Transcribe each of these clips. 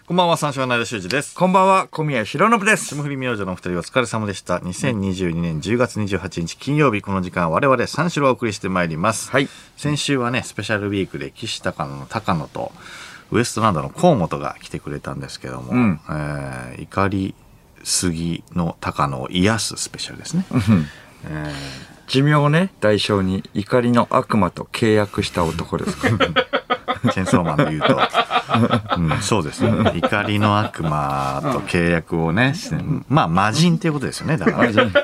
こんばんは、三四郎の間修二です。 こんばんは、小宮浩信です。 霜降り明星のお二人お疲れ様でした。2022年10月28日金曜日、この時間我々三四郎をお送りしてまいります。 はい。 先週はね、スペシャルウィークで岸高野の高野とウエストランドの河本が来てくれたんですけども、怒りすぎの高野を癒すスペシャルですね。 寿命をね、代償に怒りの悪魔と契約した男ですから。 チェンソーマンで言うと、そうですね。怒りの悪魔と契約をね、まあ魔人っていうことですよね。だから。怒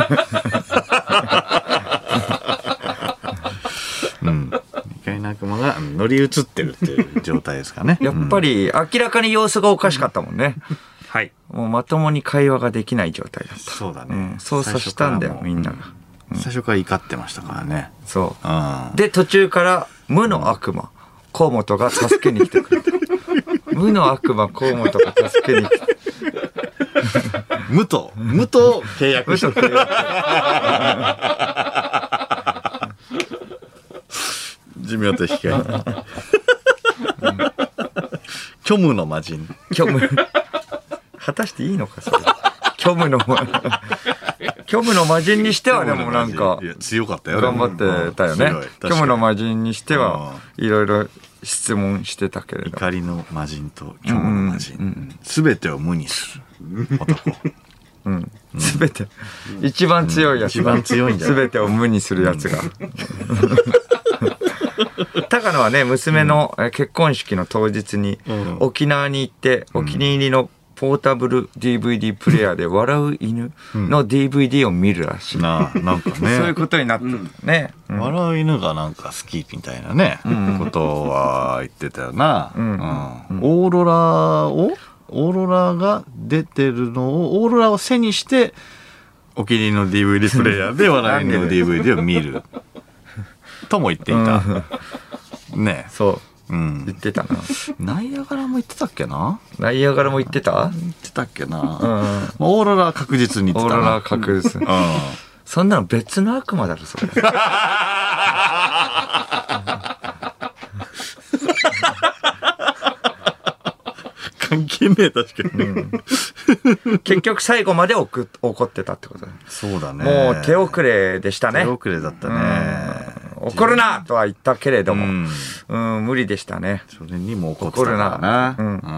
りの悪魔が乗り移ってるっていう状態ですかね。 やっぱり明らかに様子がおかしかったもんね。 はい。 もうまともに会話ができない状態だった。 そうだね。 操作したんだよ、みんなが。 最初から怒ってましたからね。 そう。で、途中から無の悪魔、河本が助けに来てくれた。無の悪魔、河本が助けに来て。 無と契約した。寿命と引き換えに。虚無の魔人。 虚無。果たしていいのか、それ。虚無の魔人にしてはでもなんか強かったよ。 頑張ってたよね。虚無の魔人にしてはいろいろ質問してたけれど。 怒りの魔人と虚無の魔人。すべてを無にする男。 すべて一番強いやつ。 一番強いんだよ。 すべてを無にするやつが。高野はね、娘の結婚式の当日に沖縄に行ってお気に入りのポータブル DVD プレイヤーで笑う犬の DVD を見るらしい。 なんかね。そういうことになってるね。 笑う犬がなんか好きみたいなね、ことは言ってたよな。オーロラが出てるのを、オーロラを背にして、お気に入りの DVD プレイヤーで笑う犬の DVD を見る。とも言っていた。ね。 そう。言ってたな。 ナイアガラも言ってたっけな。 ナイアガラも言ってた？ 言ってたっけな。オーロラは確実に言ってたな。 オーロラは確実。そんなの別の悪魔だろ、それ。 関係ねえ、確かに。 結局最後まで怒ってたってことだね。 そうだね。 もう手遅れでしたね。 手遅れだったね。 怒るなとは言ったけれども、無理でしたね。 それにも怒ってたからな。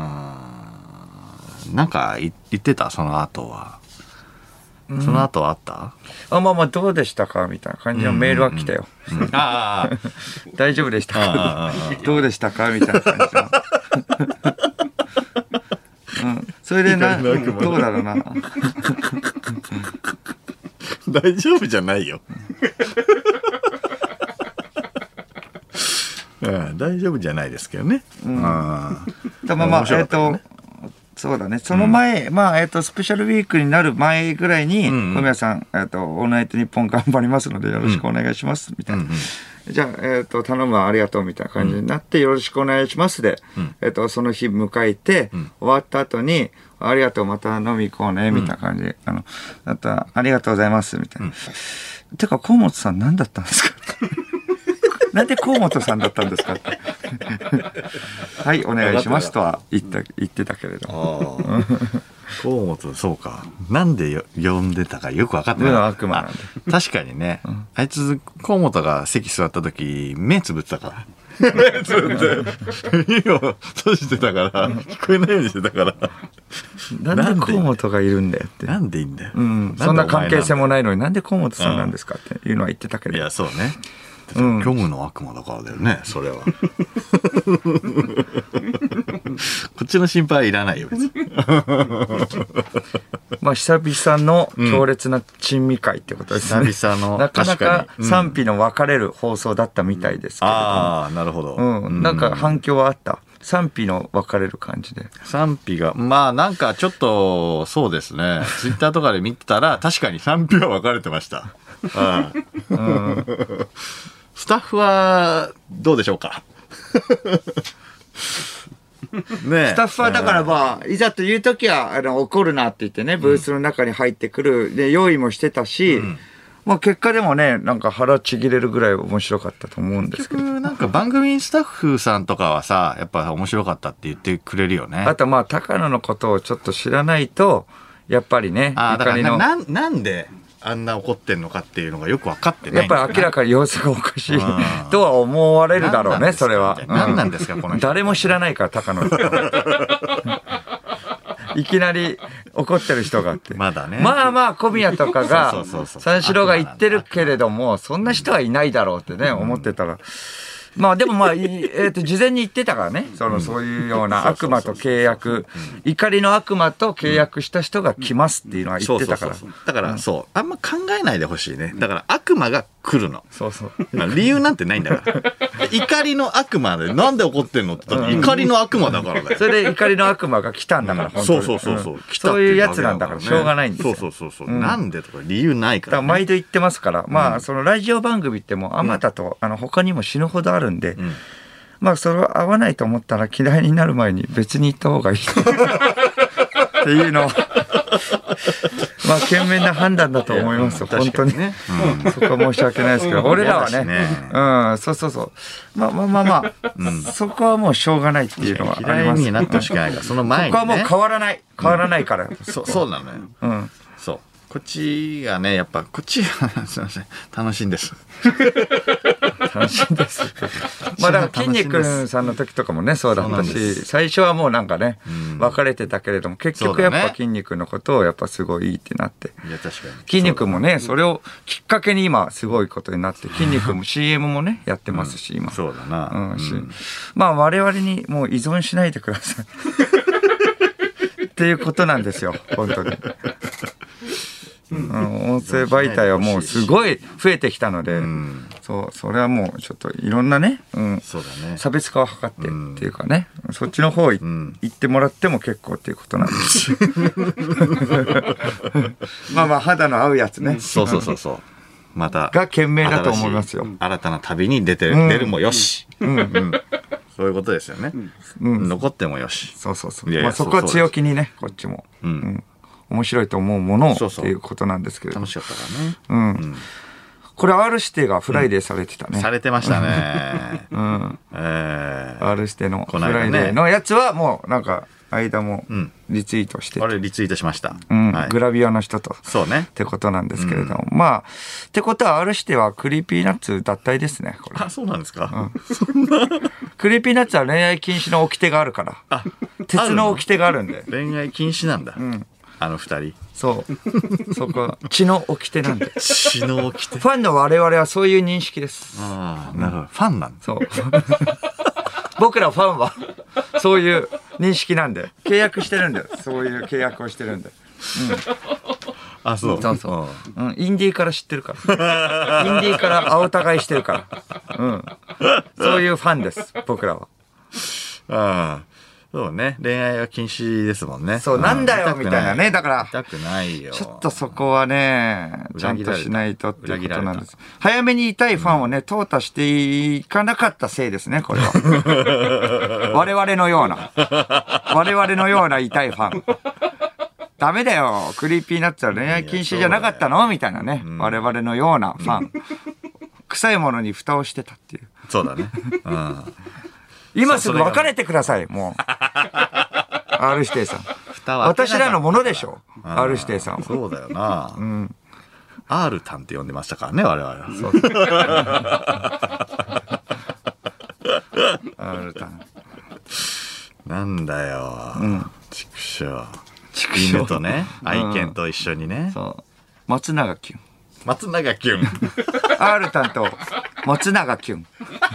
なんか言ってた、その後は。その後はあった？ まあどうでしたかみたいな感じのメールは来たよ。大丈夫でしたか？どうでしたかみたいな感じの。それでどうだろうな。 大丈夫じゃないよ。大丈夫じゃないですけどね。 そうだね。その前、スペシャルウィークになる前ぐらいに、小宮さん、オールナイトニッポン頑張りますのでよろしくお願いします、みたいな。じゃあ、頼むわ、ありがとう、みたいな感じになって、よろしくお願いしますで、その日迎えて、終わった後に、ありがとう、また飲み行こうね、みたいな感じで、ありがとうございます、みたいな。てか、河本さん何だったんですか？なんで河本さんだったんですかって。はい、お願いしますとは言ってたけれど。 河本、そうか。なんで呼んでたかよく分かってない。 悪魔なんで。 確かにね。あいつ、河本が席座った時、目つぶってたから。目つぶって、耳を閉じてたから、聞こえないようにしてたから。 なんで河本がいるんだよって。 なんでいいんだよ。 そんな関係性もないのになんで河本さんなんですかっていうのは言ってたけど。 いや、そうね。虚無の悪魔だからだよね、それは。こっちの心配はいらないよ、別に。 久々の強烈な珍味会ってことですね。 久々の。 なかなか賛否の分かれる放送だったみたいですけれども。 ああ、なるほど。 なんか反響はあった。賛否の分かれる感じで。 賛否が、なんかちょっと、そうですね。ツイッターとかで見てたら、確かに賛否は分かれてました。スタッフはどうでしょうか。 スタッフはだからいざという時は怒るなって言ってね、ブースの中に入ってくるで用意もしてたし、 まあ結果でもね、なんか腹ちぎれるぐらい面白かったと思うんですけど。 結局なんか番組スタッフさんとかはさ、やっぱ面白かったって言ってくれるよね。 あとまあ高野のことをちょっと知らないと、やっぱりね、 だから怒りのなんであんな怒ってんのかっていうのがよく分かってないやっぱり明らかに様子がおかしいとは思われるだろうね、それは。 何なんですか、この人。 誰も知らないから、高野のこと。いきなり怒ってる人があって。 まだね。 まあまあ、小宮とかが、三四郎が言ってるけれども、そんな人はいないだろうってね、思ってたら。まあでもまあ、事前に言ってたからね。そういうような悪魔と契約、怒りの悪魔と契約した人が来ますっていうのは言ってたから。 だからそう、あんま考えないでほしいね。だから悪魔が来るの。 そうそう。 理由なんてないんだから。怒りの悪魔でなんで怒ってんのって言ったら怒りの悪魔だからだよ。 それで怒りの悪魔が来たんだから、本当に。 そう。 そういうやつなんだから、しょうがないんですよ。 そう。なんでとか理由ないから。 だから毎度言ってますから、まあ、そのラジオ番組ってもう、あまたと、他にも死ぬほどあるんで、まあ、それは合わないと思ったら嫌いになる前に別に行った方がいい。っていうのを、まあ、賢明な判断だと思いますよ、本当に。ね。そこは申し訳ないですけど、俺らはね、そう。まあ、そこはもうしょうがないっていうのはあります。 嫌いになってほしくないから、その前に。 そこはもう変わらないから。 そうなのよ。そう。こっちがね、やっぱ、こっちが、すいません、楽しいんです。 楽しいんです。まあだから、筋肉さんの時とかもね、そうだったし、最初はもうなんかね、別れてたけれども、結局やっぱ筋肉のことをやっぱすごいいいってなって。 いや、確かに。 筋肉もね、それをきっかけに今、すごいことになって、筋肉も CM もね、やってますし、今。 そうだな。 まあ我々にもう依存しないでください。っていうことなんですよ、本当に。音声媒体はもうすごい増えてきたので、それはもうちょっといろんなね、差別化を図ってっていうかね、そっちの方行ってもらっても結構っていうことなんです。まあ肌の合うやつね。 そう。また。 が賢明だと思いますよ。 新たな旅に出るもよし。そういうことですよね。残ってもよし。 そう。まあそこは強気にね、こっちも。面白いと思うものをっていうことなんですけれども。 楽しかったからね。 これ R 指定がフライデーされてたね。 されてましたね。 R 指定のフライデーのやつはもうなんか間もリツイートして。 あれリツイートしました。 グラビアの人と。 そうね。 ってことなんですけれども。まあ、ってことは R 指定はクリーピーナッツ脱退ですね。これ。 あ、そうなんですか。 クリーピーナッツは恋愛禁止の掟があるから。鉄の掟があるんで。 恋愛禁止なんだ。あの二人。 そう。そこは血の掟なんで。 血の掟。 ファンの我々はそういう認識です。 ああ、なるほど。ファンなんだ。 そう。僕らファンはそういう認識なんで、契約してるんだよ。そういう契約をしてるんで。 あ、そう。 そう。インディーから知ってるから。インディーから青互いしてるから。そういうファンです。僕らは。 ああ。そうね。恋愛は禁止ですもんね。 そう、なんだよみたいなね。だから、 痛くないよ。 ちょっとそこはね、ちゃんとしないとっていうことなんです。早めに痛いファンをね、淘汰していかなかったせいですね、これは。我々のような痛いファン。ダメだよ。クリーピーナッツは恋愛禁止じゃなかったのみたいなね。我々のようなファン。臭いものに蓋をしてたっていう。 そうだね。 今すぐ別れてください、もう。R 指定さん。私らのものでしょ、R 指定さんは。 そうだよな。R タンって呼んでましたからね、我々は。そう。 R タン。 なんだよ。畜生。犬とね、愛犬と一緒にね。 そう。松永キュン。 松永キュン。 R タンと松永キュン。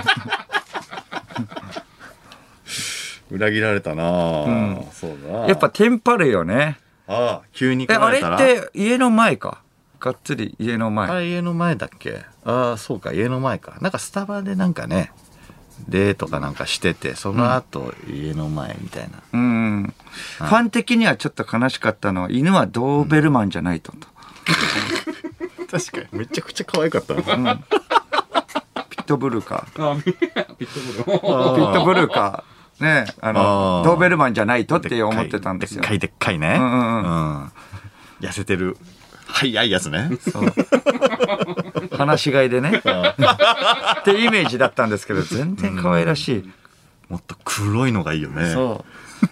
裏切られたな。そうだ。 やっぱテンパるよね。 ああ、急に来られたら。 あれって家の前か。がっつり家の前。 あれ家の前だっけ。ああ、そうか、家の前か。なんかスタバでなんかね、デートかなんかしてて、その後家の前みたいな。 ファン的にはちょっと悲しかったのは、犬はドーベルマンじゃないと。 確かに、めちゃくちゃ可愛かったな。 ピットブルか。ピットブルか。ね、ドーベルマンじゃないとって思ってたんですよ。 でっかいね。痩せてる早いやつね。 そう放し飼いでねってイメージだったんですけど、全然可愛らしい。 もっと黒いのがいいよね。 そ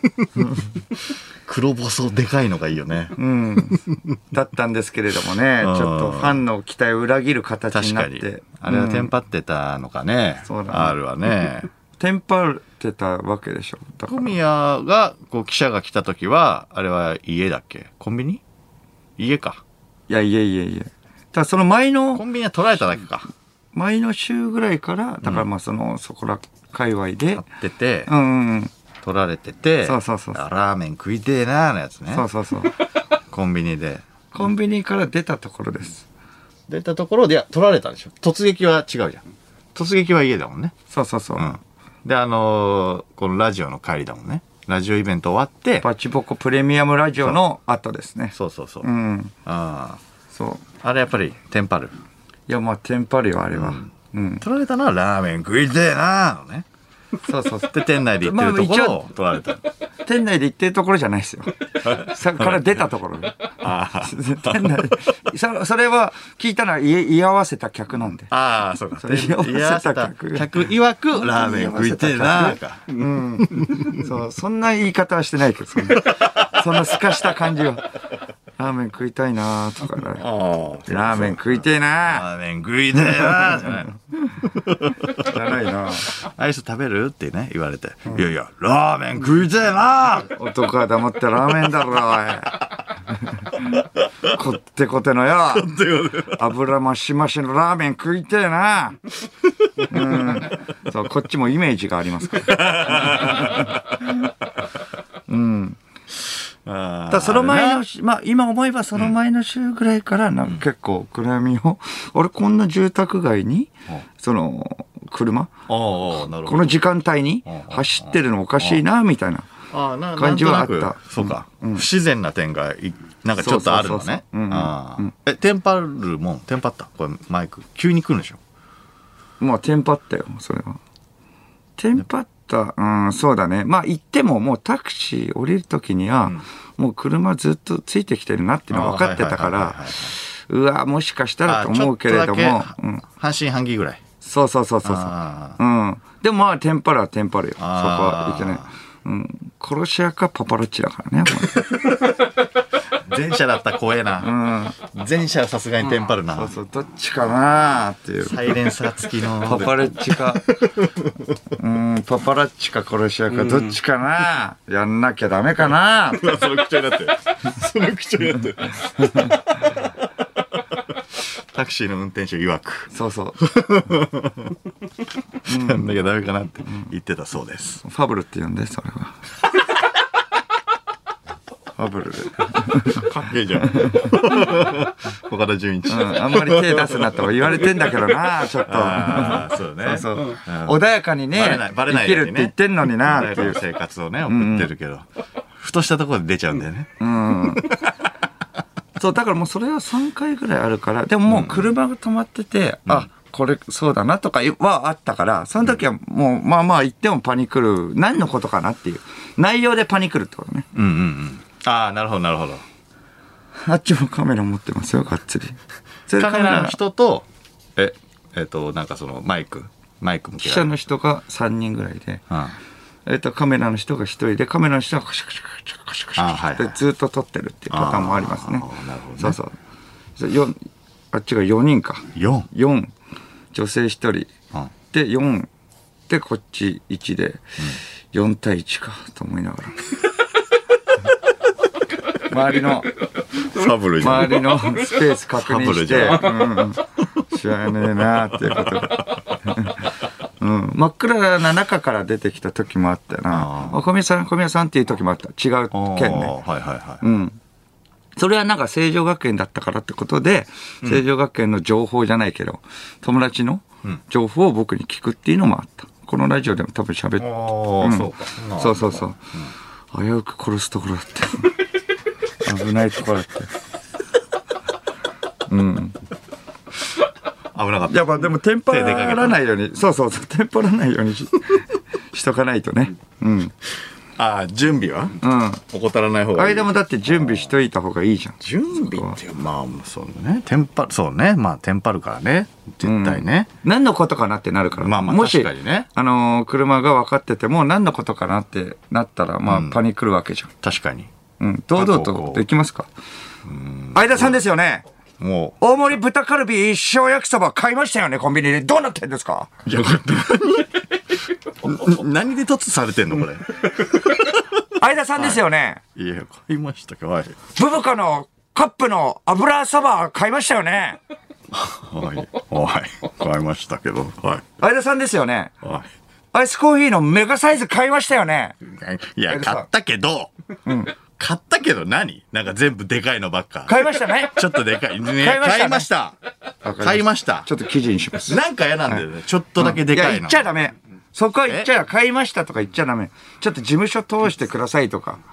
黒細でかいのがいいよね。 う、うん、だったんですけれどもね、ちょっとファンの期待を裏切る形になっ確かにて。 あれはテンパってたのかね。 そうだね R はね。 テンパってたわけでしょ。だから小宮がこう記者が来た時はあれは家だっけ？コンビニ？家か。 いやだその前のコンビニは取られただけか。 前の週ぐらいからだからまあそこら界隈で、 出て、取られてて、 そうラーメン食いてえなーのやつね。 そうコンビニで。 コンビニから出たところです。 出たところで、いや、取られたんでしょ。突撃は違うじゃん。突撃は家だもんね。 そう、 うん。で、このラジオの帰りだもんね。ラジオイベント終わって。 バチボコプレミアムラジオの後ですね。 そう。 うん。 ああ。 そう。 あれやっぱりテンパる。 いや、まあテンパるよ、あれは。うん。 取られたのはラーメン食いてえなーのね。 そうで、店内で行ってるところを取られた。 店内で行ってるところじゃないですよ。さから出たところで。店内それは聞いたのは居合わせた客なんで。 ああ、そうか。 居合わせた客。 客曰くラーメン食いてえなーか。 うん。そう、そんな言い方はしてないけど、そんなすかした感じは。ラーメン食いたいなーとかね。ラーメン食いてえなー。 ラーメン食いてえなーじゃないの。 じゃないな。 アイス食べるってね、言われて。いや、ラーメン食いてえなー。 男は黙ってラーメンだろ、おい。こってこてのよ。油増し増しのラーメン食いてえな。そう、こっちもイメージがありますから。だその前の、まあ今思えばその前の週ぐらいからなんか結構暗闇を、俺こんな住宅街に、車この時間帯に走ってるのおかしいな、みたいな感じはあった。 そうか。不自然な点が、なんかちょっとあるのね。テンパるもん、テンパったこれマイク。急に来るんでしょ？ まあテンパったよ、それは。テンパった、そうだね。まあ行ってももうタクシー降りるときには、もう車ずっとついてきてるなっていうの分かってたから、うわ、もしかしたらと思うけれども、 半信半疑ぐらい。 そう。でもまあテンパるはテンパるよ。そこはいけない。殺し屋かパパラッチだからね。 前者だったら怖えな。前者はさすがにテンパるな。 そう、どっちかなーっていう。 サイレンサー付きの。 パパラッチか。パパラッチか殺し屋か、どっちかなー。やんなきゃダメかなー。 その口調になってる。その口調になってる。タクシーの運転手曰く。 そう。 やんなきゃダメかなって言ってたそうです。 ファブルって呼んで、それは。ファブルで。 かっけえじゃん。岡田准一。 あんまり手出すなとは言われてんだけどな、ちょっと。 そうね。 そう。穏やかにね、生きるって言ってんのにな、っていう生活をね、送ってるけど。ふとしたところで出ちゃうんだよね。 そう、だからもうそれは3回ぐらいあるから、でももう車が止まってて、これそうだなとかはあったから、その時はもうまあ言ってもパニクる、何のことかなっていう。内容でパニクるってことね。 ああ、なるほど。 あっちもカメラ持ってますよ、がっつり。 カメラの人と、なんかそのマイク向けられる。 記者の人が3人ぐらいで、カメラの人が1人で、カメラの人がカシャカシャカシャってずっと撮ってるっていうパターンもありますね。 なるほどね。 そう。あっちが4人か。4。女性1人。で、4。で、こっち1で、4対1か、と思いながら。周りのスペース確認して、知らねえなーっていうことで。真っ暗な中から出てきた時もあったよな。小宮さんっていう時もあった。違う県ね。それはなんか成城学園だったからってことで、成城学園の情報じゃないけど、友達の情報を僕に聞くっていうのもあった。このラジオでも多分喋って。そう。危うく殺すところだって。危ないところだって。 危なかった。 やっぱでもテンパらないように、そう、テンパらないようにしとかないとね。 あ、準備は怠らない方がいい。 間もだって準備しといた方がいいじゃん。 準備ってまあそうね、そうね、まあテンパるからね、絶対ね、 何のことかなってなるから。 まあもし確かにね、 車が分かってても何のことかなってなったらまあパニックるわけじゃん。 確かに。 堂々とできますか。相田さんですよね。 もう大盛り豚カルビ一生焼きそば買いましたよね、コンビニで。どうなってんですか。 いや、何で突されてんのこれ。 相田さんですよね。 いや、買いましたか。はい。 ブブカのカップの油そば買いましたよね。 はい。はい。買いましたけど。はい。 相田さんですよね。 はい。 アイスコーヒーのメガサイズ買いましたよね。 いや、買ったけど。買ったけど何？なんか全部でかいのばっか。 買いましたね。 ちょっとでかい。ね、 買いました。 買いました。 ちょっと記事にします。 なんか嫌なんだよね。ちょっとだけでかいの。 いや、言っちゃダメ。そこは言っちゃ買いましたとか言っちゃダメ。ちょっと事務所通してくださいとか。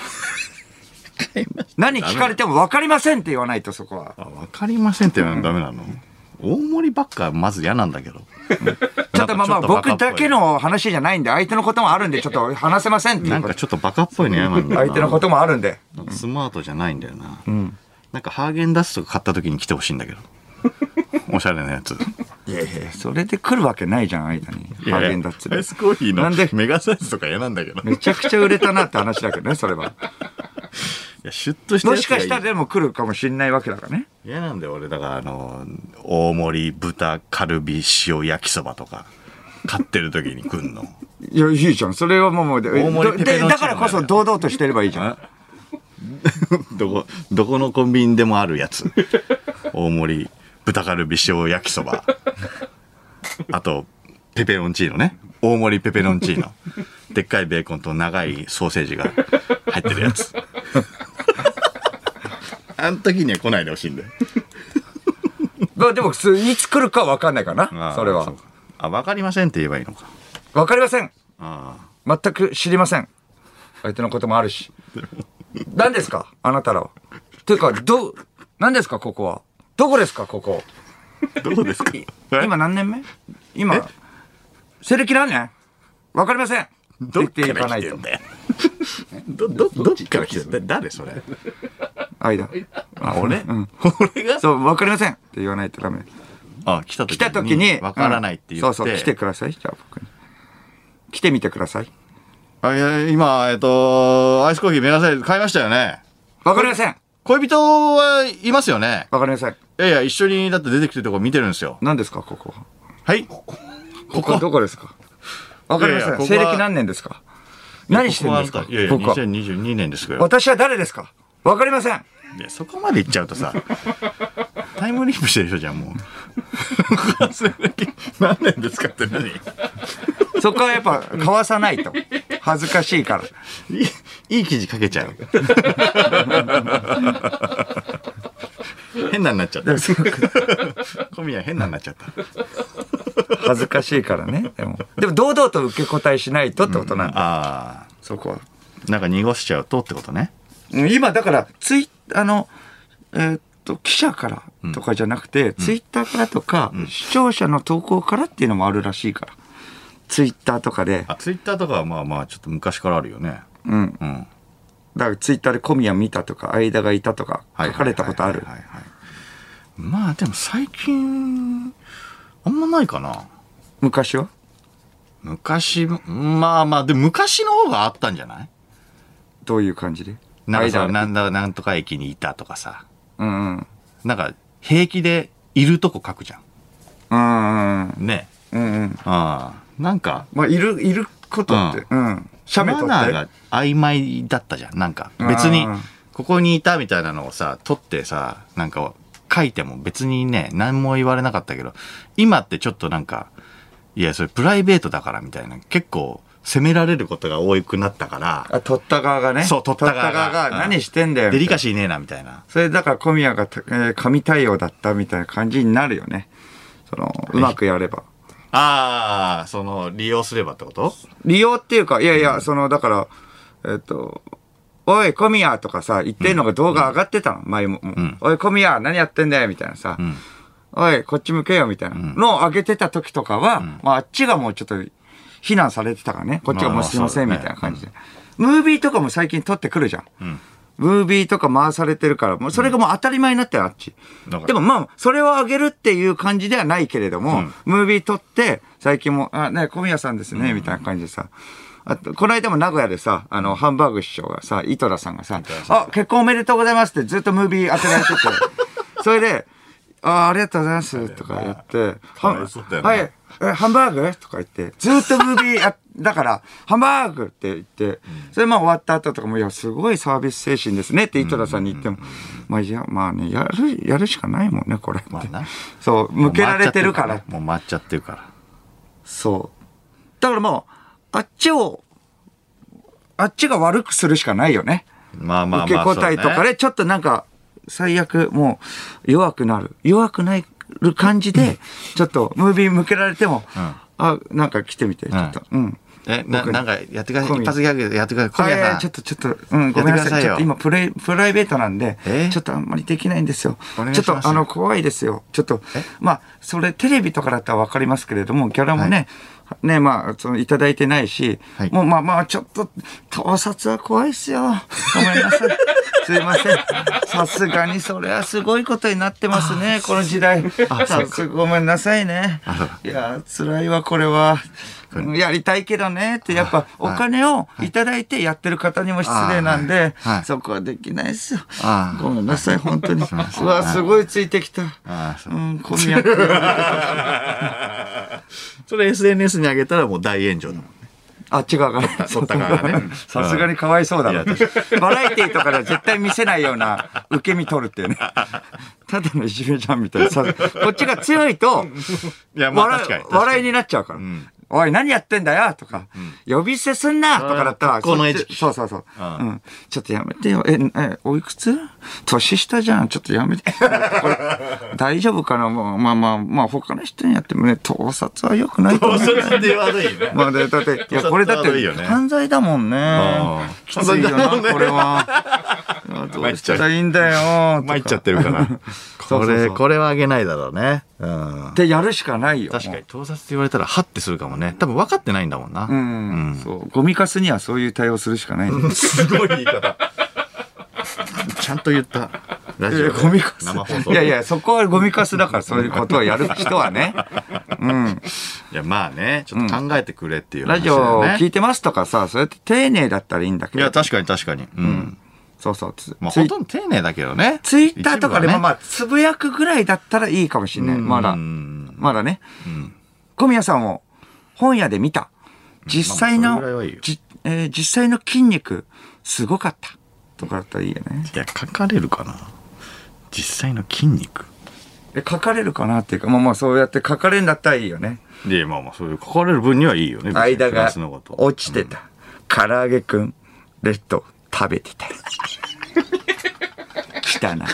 何聞かれても分かりませんって言わないと、そこは。 分かりませんって言わないとダメなの？大盛りばっかまず嫌なんだけど。 ちょっとまあ僕だけの話じゃないんで、相手のこともあるんで、ちょっと話せませんっていう。 なんかちょっとバカっぽいの嫌なんだよな。 相手のこともあるんで。 スマートじゃないんだよな。なんかハーゲンダッツとか買った時に来てほしいんだけど。おしゃれなやつ。 いやいや、それで来るわけないじゃん、間に。ハーゲンダッツで。 アイスコーヒーのメガサイズとか嫌なんだけど。 めちゃくちゃ売れたなって話だけどね、それは。 いや、シュッとしたやつがいい。 もしかしたらでも来るかもしんないわけだからね。 嫌なんだよ、俺。だから大盛り豚カルビ塩焼きそばとか、買ってる時に来んの。 いや、いいじゃん。それはもう、 大盛りペペロンチーノだからこそ堂々としてればいいじゃん。 どこのコンビニでもあるやつ。大盛り豚カルビ塩焼きそば。あと、ペペロンチーノね。大盛りペペロンチーノ。でっかいベーコンと長いソーセージが入ってるやつ。あの時には来ないでほしいんだよ。 でも、いつ来るか分かんないかな、それは。 分かりませんって言えばいいのか。 分かりません。全く知りません。相手のこともあるし。何ですかあなたらは。というか、何ですかここは。どこですかここ。 どこですか今何年目今、西暦何年分かりません。 どっから来てんだよ。どっから来てんだよ。誰それ。 間。 俺俺がそう、分かりませんって言わないとダメ。 来た時に分からないって言って。 そう、来てください。じゃあ僕に。来てみてください。 いや、今、アイスコーヒーメガサイズ買いましたよね。 分かりません。 恋人はいますよね。 分かりません。 いや、一緒にだって出てきてるとこ見てるんですよ。 何ですかここは。 はい。 ここどこですか。分かりません。西暦何年ですか。何してるんですか。 いやいや、2022年ですけど。 私は誰ですか。分かりません。 いや、そこまで言っちゃうとさ、タイムリープしてる人じゃん、もう。何年ですかって何。 そこはやっぱかわさないと。恥ずかしいから。 いい記事書けちゃう。変なになっちゃった。小宮変なになっちゃった。 恥ずかしいからね。でも堂々と受け答えしないとってことなんだ。 ああ、そこは。なんか濁しちゃうとってことね。 今だから記者からとかじゃなくて、ツイッターからとか、視聴者の投稿からっていうのもあるらしいから。ツイッターとかで。 ツイッターとかはまあまあちょっと昔からあるよね。 だからツイッターで小宮見たとか、間がいたとか書かれたことある。 まあでも最近、あんまないかな。 昔は？ 昔、まあまあ、でも昔の方があったんじゃない？ どういう感じで？ なんとか駅にいたとかさ。なんか、平気でいるとこ書くじゃん。ね。なんか。 まあ、いることって。写メ撮って。 マナーが曖昧だったじゃん。なんか、別に、ここにいたみたいなのをさ、撮ってさ、なんか、書いても別にね、何も言われなかったけど、今ってちょっとなんか、いや、それプライベートだからみたいな、結構、責められることが多くなったから。 撮った側がね。 そう、撮った側が。 何してんだよ。 デリカシーねえな、みたいな。 それだから小宮が、神対応だったみたいな感じになるよね。うまくやれば。 利用すればってこと？ 利用っていうか、いやいや、だから、おい、小宮とかさ、言ってんのが動画上がってたの、前も。おい、小宮、何やってんだよ、みたいなさ。おい、こっち向けよ、みたいなのを上げてた時とかは、まあ、あっちがもうちょっと、非難されてたからね。こっちがもうすいません、みたいな感じで。 ムービーとかも最近撮ってくるじゃん。ムービーとか回されてるから、もうそれがもう当たり前になったよ、あっち。でもまあ、それをあげるっていう感じではないけれども、ムービー撮って、最近も、小宮さんですね、みたいな感じでさ。あと、この間も名古屋でさ、ハンバーグ師匠がさ、井戸田さんがさ、結婚おめでとうございますってずっとムービー当てられてて、それで、ありがとうございますとか言って、はい、ハンバーグとか言って、ずっとムービーだから、ハンバーグって言って、それまあ終わった後とかも、いや、すごいサービス精神ですねって井戸田さんに言っても、まあいや、まあね、やるしかないもんね、これって。まあな。そう、向けられてるから。 もう回っちゃってるから。 そう。だからもう、あっちが悪くするしかないよね。 まあまあまあ。 受け答えとかで、ちょっとなんか、最悪、もう、弱くなる感じで、ちょっと、ムービー向けられても、なんか来てみて、ちょっと。 なんかやってください。一発ギャグやってください。小宮さん。 ちょっと、ごめんなさい。ちょっと今プライベートなんで、ちょっとあんまりできないんですよ。ちょっと怖いですよ。ちょっと、まあ、それテレビとかだったらわかりますけれども、ギャラもね、まあ、いただいてないし、もうまあ、ちょっと、盗撮は怖いっすよ。ごめんなさい。すいません。さすがにそれはすごいことになってますね、この時代。ごめんなさいね。いや、辛いわ、これは。やりたいけどねって、やっぱお金をいただいてやってる方にも失礼なんで、そこはできないですよ。ごめんなさい、本当に。うわ、すごいついてきた。小宮君。 それ SNS に上げたらもう大炎上だもんね。 違うから。 そった側がね。 さすがにかわいそうだな。バラエティーとかでは絶対見せないような受け身取るっていうね。ただのいじめじゃんみたいな。こっちが強いと、笑いになっちゃうから。おい、何やってんだよとか、呼び捨てすんなとかだったら、そう。ちょっとやめてよ。おいくつ？年下じゃん。ちょっとやめて。大丈夫かな？まあ、他の人にやってもね、盗撮は良くないと思う。 盗撮で悪いね。 まあ、だって、いや、これだって犯罪だもんね。きついよな、これは。どうしたらいいんだよ。 参っちゃってるから。これはあげないだろうね。 で、やるしかないよ。 確かに、盗撮って言われたら、ハッてするかもね。多分分かってないんだもんな。 そう。ゴミカスにはそういう対応するしかない。 すごい言い方。ちゃんと言った。ラジオゴミカス。生放送。いや、そこはゴミカスだから、そういうことをやる人はね。 いや、まあね、ちょっと考えてくれっていう。 ラジオ聞いてますとかさ、そうやって丁寧だったらいいんだけど。 いや、確かに。 そう。 まあ、ほとんど丁寧だけどね。 ツイッターとかでもまあ、つぶやくぐらいだったらいいかもしれない。まだね。小宮さんを本屋で見た。実際の筋肉、すごかった。とかだったらいいよね。 いや、書かれるかな。実際の筋肉。 書かれるかなっていうか、まあそうやって書かれるんだったらいいよね。 で、まあそういう書かれる分にはいいよね。 間が落ちてた。唐揚げくん、レッド。食べてた。来たな。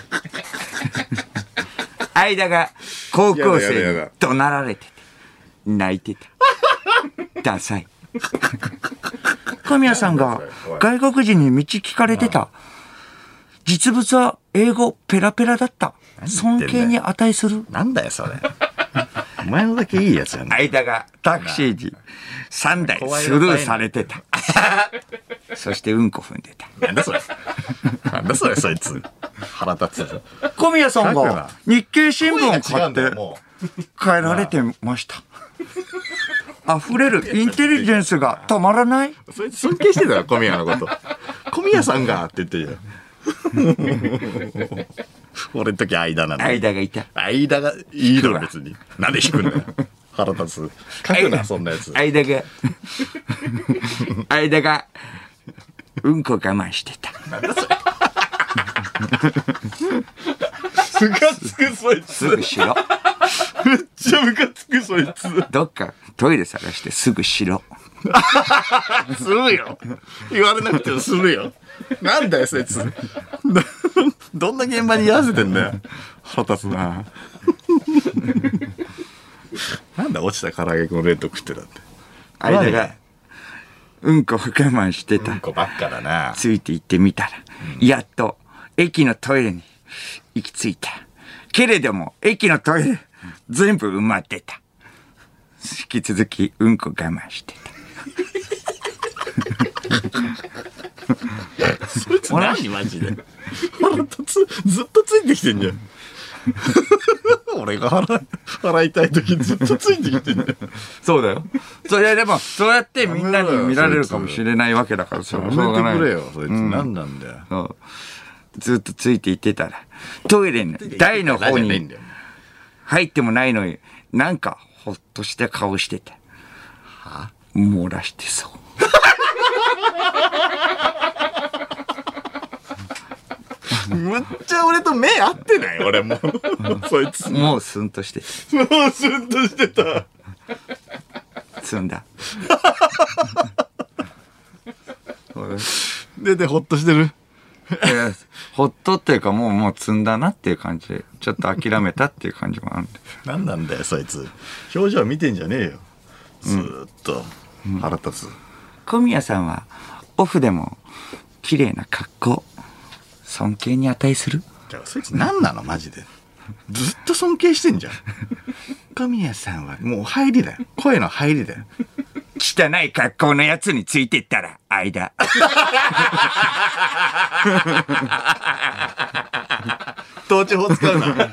間が高校生に怒鳴られてて、泣いてた。ダサい。小宮さんが外国人に道聞かれてた。実物は英語ペラペラだった。尊敬に値する。 なんだよ、それ。お前のだけいいやつやね。 間がタクシーに3台スルーされてた。そしてうんこ踏んでた。 なんだそれ、そいつ。腹立つ。 小宮さんが日経新聞を買って帰られてました。溢れるインテリジェンスが止まらない。 そいつ尊敬してたよ、小宮のこと。小宮さんがって言ってるよ。俺の時間なんだ。 間がいた。 間がいいの別に。なんで引くんだよ。腹立つ。書くな、そんなやつ。 間が、うんこ我慢してた。なんだそれ。 ムカつくそいつ。 すぐしろ。 めっちゃムカつくそいつ。 どっかトイレ探してすぐしろ。 するよ。言われなくてもするよ。なんだよ、そいつ。どんな現場に居合わせてんだよ。腹立つな。なんだ、落ちた唐揚げくんレッド食ってたって。 間が、うんこ我慢してた。 うんこばっかだな。 ついて行ってみたら、やっと駅のトイレに行き着いた。けれども、駅のトイレ、全部埋まってた。引き続き、うんこ我慢してた。 そいつ何マジで腹立つ、ずっとついてきてんじゃん。俺が払いたい時ずっとついてきてんだよ。 そうだよ。それでもそうやってみんなに見られるかもしれないわけだから、しょうがない。 やめてくれよそいつ。何なんだよ。 そう、ずっとついていってたらトイレの台の方に入ってもないのになんかほっとした顔してて、は漏らしてそう。 むっちゃ俺と目合ってない俺もそいつもうスンとしてもうスンとしてた。 積んだ。 でほっとしてる。 ほっとっていうかもう積んだなっていう感じでちょっと諦めたっていう感じもあるんで。 何なんだよそいつ。表情見てんじゃねえよずーっと。腹立つ。 小宮さんはオフでも綺麗な格好尊敬に値する。 だからそいつ何なのマジで。ずっと尊敬してんじゃん。小宮さんはもう入りだよ。声の入りだよ。 汚い格好のやつについてったら間。 統治法使うな。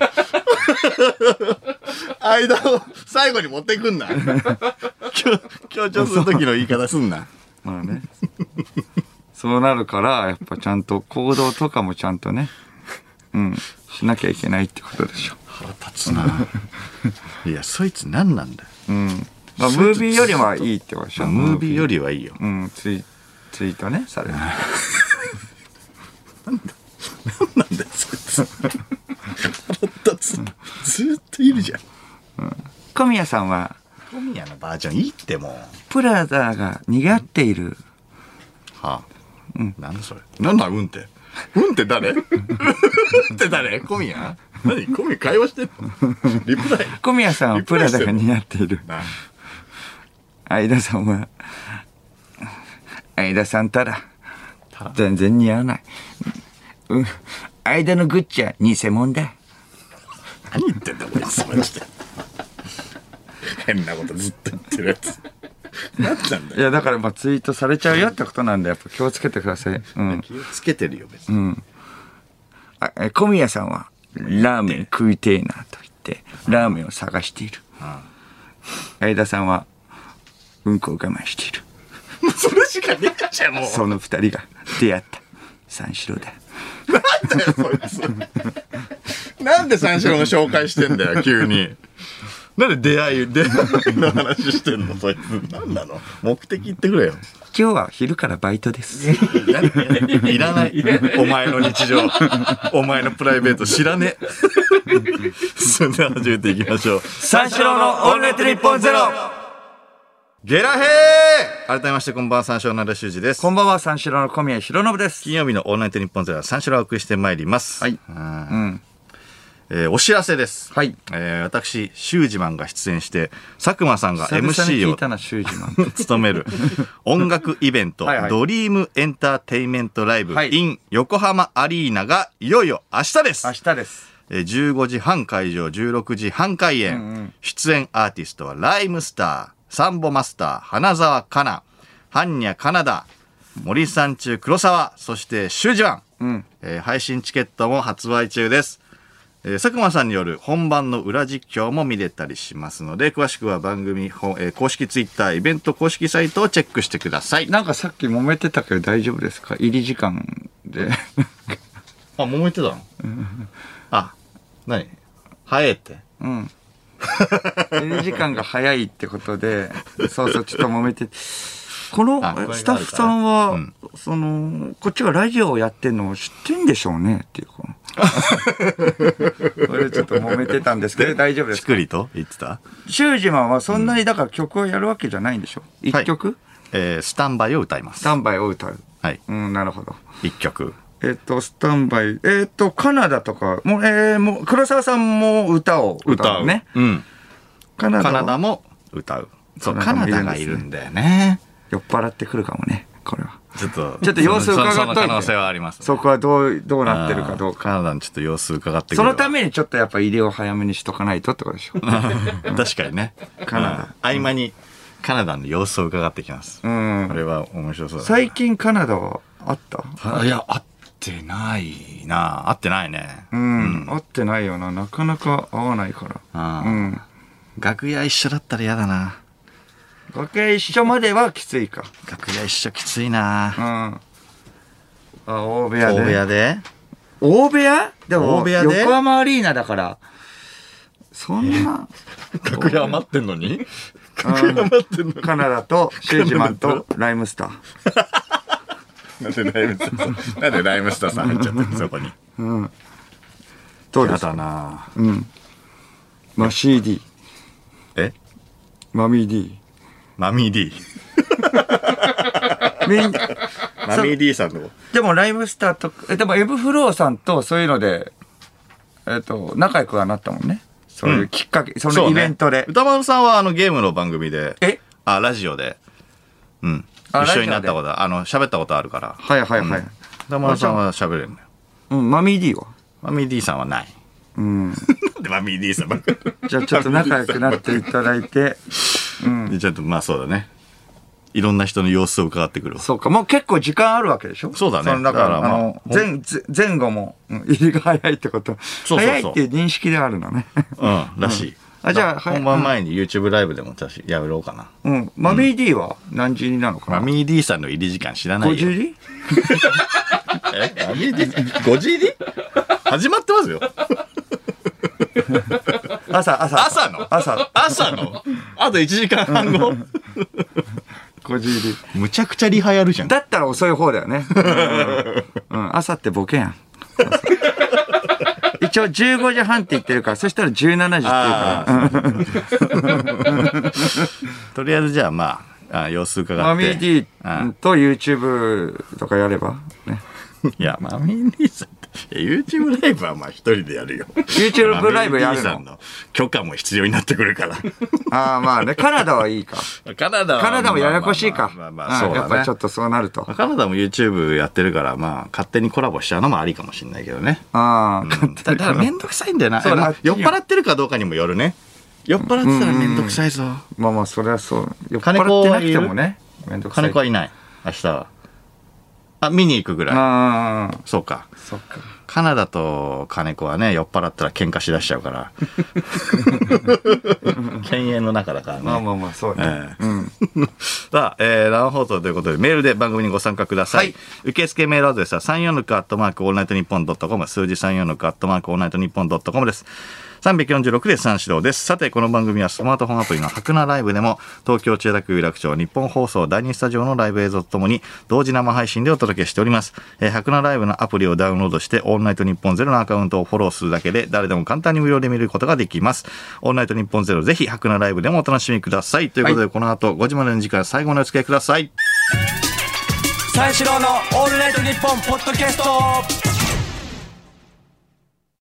間を最後に持ってくんな。強調する時の言い方すんな。 まあね。そうなるからやっぱちゃんと行動とかもちゃんとね、しなきゃいけないってことでしょ。 腹立つな。いやそいつ何なんだよ。 まあ、ムービーよりはいいってことでしょ。 ムービーよりはいいよ。 ツイートねされる。 なんだよそいつ。腹立つ。ずっといるじゃん。 小宮さんは小宮のばあちゃんいいってもう。 プラダが似合っている。 はあ。なんだそれ。なんだうんって。うんって誰？うんって誰？小宮？何？小宮会話してんの？リプライ。 小宮さんはプラダが似合っている。相田さんは相田さんたら全然似合わない。相田のグッチは偽物だ。 何言ってんだこいつマジで。変なことずっと言ってるやつ。何なんだよ。 いやだからまあツイートされちゃうよってことなんでやっぱ気をつけてください。 気をつけてるよ別に。 小宮さんはラーメン食いてえなと言ってラーメンを探している。相田さんはうんこを我慢している。 それしかねえじゃんもう。 その二人が出会った三四郎だ。 なんだよそいつ。なんで三四郎の紹介してんだよ急に。なんで出会いの話してんのそいつ。何なの目的言ってくれよ。 今日は昼からバイトです。 いらない。お前の日常。お前のプライベート知らねえ。それでは始めていきましょう。 三四郎のオールナイトニッポンゼロ。 ゲラヘー。改めましてこんばんは三四郎の良修二です。 こんばんは三四郎の小宮浩信です。 金曜日のオールナイトニッポンゼロは三四郎をお送りしてまいります。 はい。 お知らせです。 はい。 私シュージマンが出演して佐久間さんが MC を務める音楽イベントドリームエンターテイメントライブ in 横浜アリーナがいよいよ明日です。 明日です。 15時半会場16時半開演。出演アーティストはライムスター、サンボマスター、花澤香菜、般若カナダ、森三中黒沢、そしてシュージマン。配信チケットも発売中です。佐久間さんによる本番の裏実況も見れたりしますので、詳しくは番組、公式ツイッターイベント公式サイトをチェックしてください。 なんかさっき揉めてたけど大丈夫ですか？入り時間であ、揉めてたの？あ、何？早いって。 入り時間が早いってことで、そうちょっと揉めて。このスタッフさんは、こっちがラジオをやってんのを知ってんでしょうねっていうか。それちょっと揉めてたんですけど大丈夫ですか？ ちくりと言ってた？ シュージマンはそんなにだから曲をやるわけじゃないんでしょ？一曲？ スタンバイを歌います。 スタンバイを歌う。 はい。 なるほど。 一曲。 スタンバイ。カナダとか、もう黒沢さんも歌を歌うね。カナダも歌う。そう、カナダがいるんだよね。 酔っ払ってくるかもね、これは。 ちょっと様子伺っといて。 その可能性はあります。 そこはどうなってるかどうか。 カナダにちょっと様子伺ってくる。 そのためにちょっとやっぱ入りを早めにしとかないとってことでしょ。 確かにね。 カナダ。 合間にカナダの様子を伺ってきます。これは面白そうだ。 最近カナダはあった？ いや、会ってないな。会ってないね。 会ってないよな。なかなか会わないから。 楽屋一緒だったら嫌だな。 楽屋一緒まではきついか。 楽屋一緒きついな。 大部屋で。 大部屋で？ 大部屋？でも、 大部屋で横浜アリーナだから、そんな。 楽屋余ってんのに？楽屋余ってんのに。 カナダとシェージマンとライムスター。 なんでライムスターさん入っちゃってるそこに。 どうですか？ やだな。 マシー D。マミー D。 マミー D。マミー D さんの。 でもライムスターと、でもエブフローさんとそういうので、仲良くはなったもんね。そういうきっかけ、そのイベントで。 歌丸さんはゲームの番組で、ラジオで、 一緒になったこと、喋ったことあるから。 はいはいはい。 歌丸さんは喋れるのよ。 マミー D は？ マミー D さんはない。なんでマミー D さんばっかり。 じゃあちょっと仲良くなっていただいて、 ちょっとまあそうだね。いろんな人の様子を伺ってくる。 そうか、もう結構時間あるわけでしょ？ そうだね。 だから前後も入りが早いってこと。早いっていう認識であるのね。 らしい。 じゃあ本番前に YouTube ライブでも私やろうかな。 マミー D は何時になのかな？ マミー D さんの入り時間知らないよ。 5時入り？ マミー D 5時入り？始まってますよ。 朝のあと1時間半後。 5時入り。 むちゃくちゃリハやるじゃん。 だったら遅い方だよね。朝ってボケやん。一応15時半って言ってるから、そしたら17時って言うから。 とりあえずじゃあまあ、様子伺って。 マミー D と YouTube とかやればね。 いや、マミー D さんって、YouTube ライブはまあ一人でやるよ。 YouTube ライブやるの？ マミー D さんの許可も必要になってくるから。 まあね、カナダはいいか。 カナダもややこしいか。 そうだね。 やっぱりちょっとそうなると。 カナダも YouTube やってるから、まあ、勝手にコラボしちゃうのもありかもしれないけどね。ただめんどくさいんだよな。酔っ払ってるかどうかにもよるね。酔っ払ってたらめんどくさいぞ。 まあ、それはそう。酔っ払ってなくてもね。めんどくさい。 金子はいない。明日は。見に行くぐらい。そうか。カナダと金子はね、酔っ払ったら喧嘩しだしちゃうから。犬猿の中だからね。 まあ、そうね。 さあ、生放送ということで、メールで番組にご参加ください。受付メールアドレスは346@オールナイトニッポン.com、数字346@オールナイトニッポン.comです。346で三四郎です。さて、この番組はスマートフォンアプリの白菜ライブでも、東京千代田区有楽町日本放送第2スタジオのライブ映像とともに、同時生配信でお届けしております。白菜ライブのアプリをダウンロードして、オールナイトニッポンゼロのアカウントをフォローするだけで、誰でも簡単に無料で見ることができます。オールナイトニッポンゼロ、ぜひ白菜ライブでもお楽しみください。ということで、この後5時までの時間、最後までお付き合いください。 三四郎のオールナイトニッポンポッドキャスト。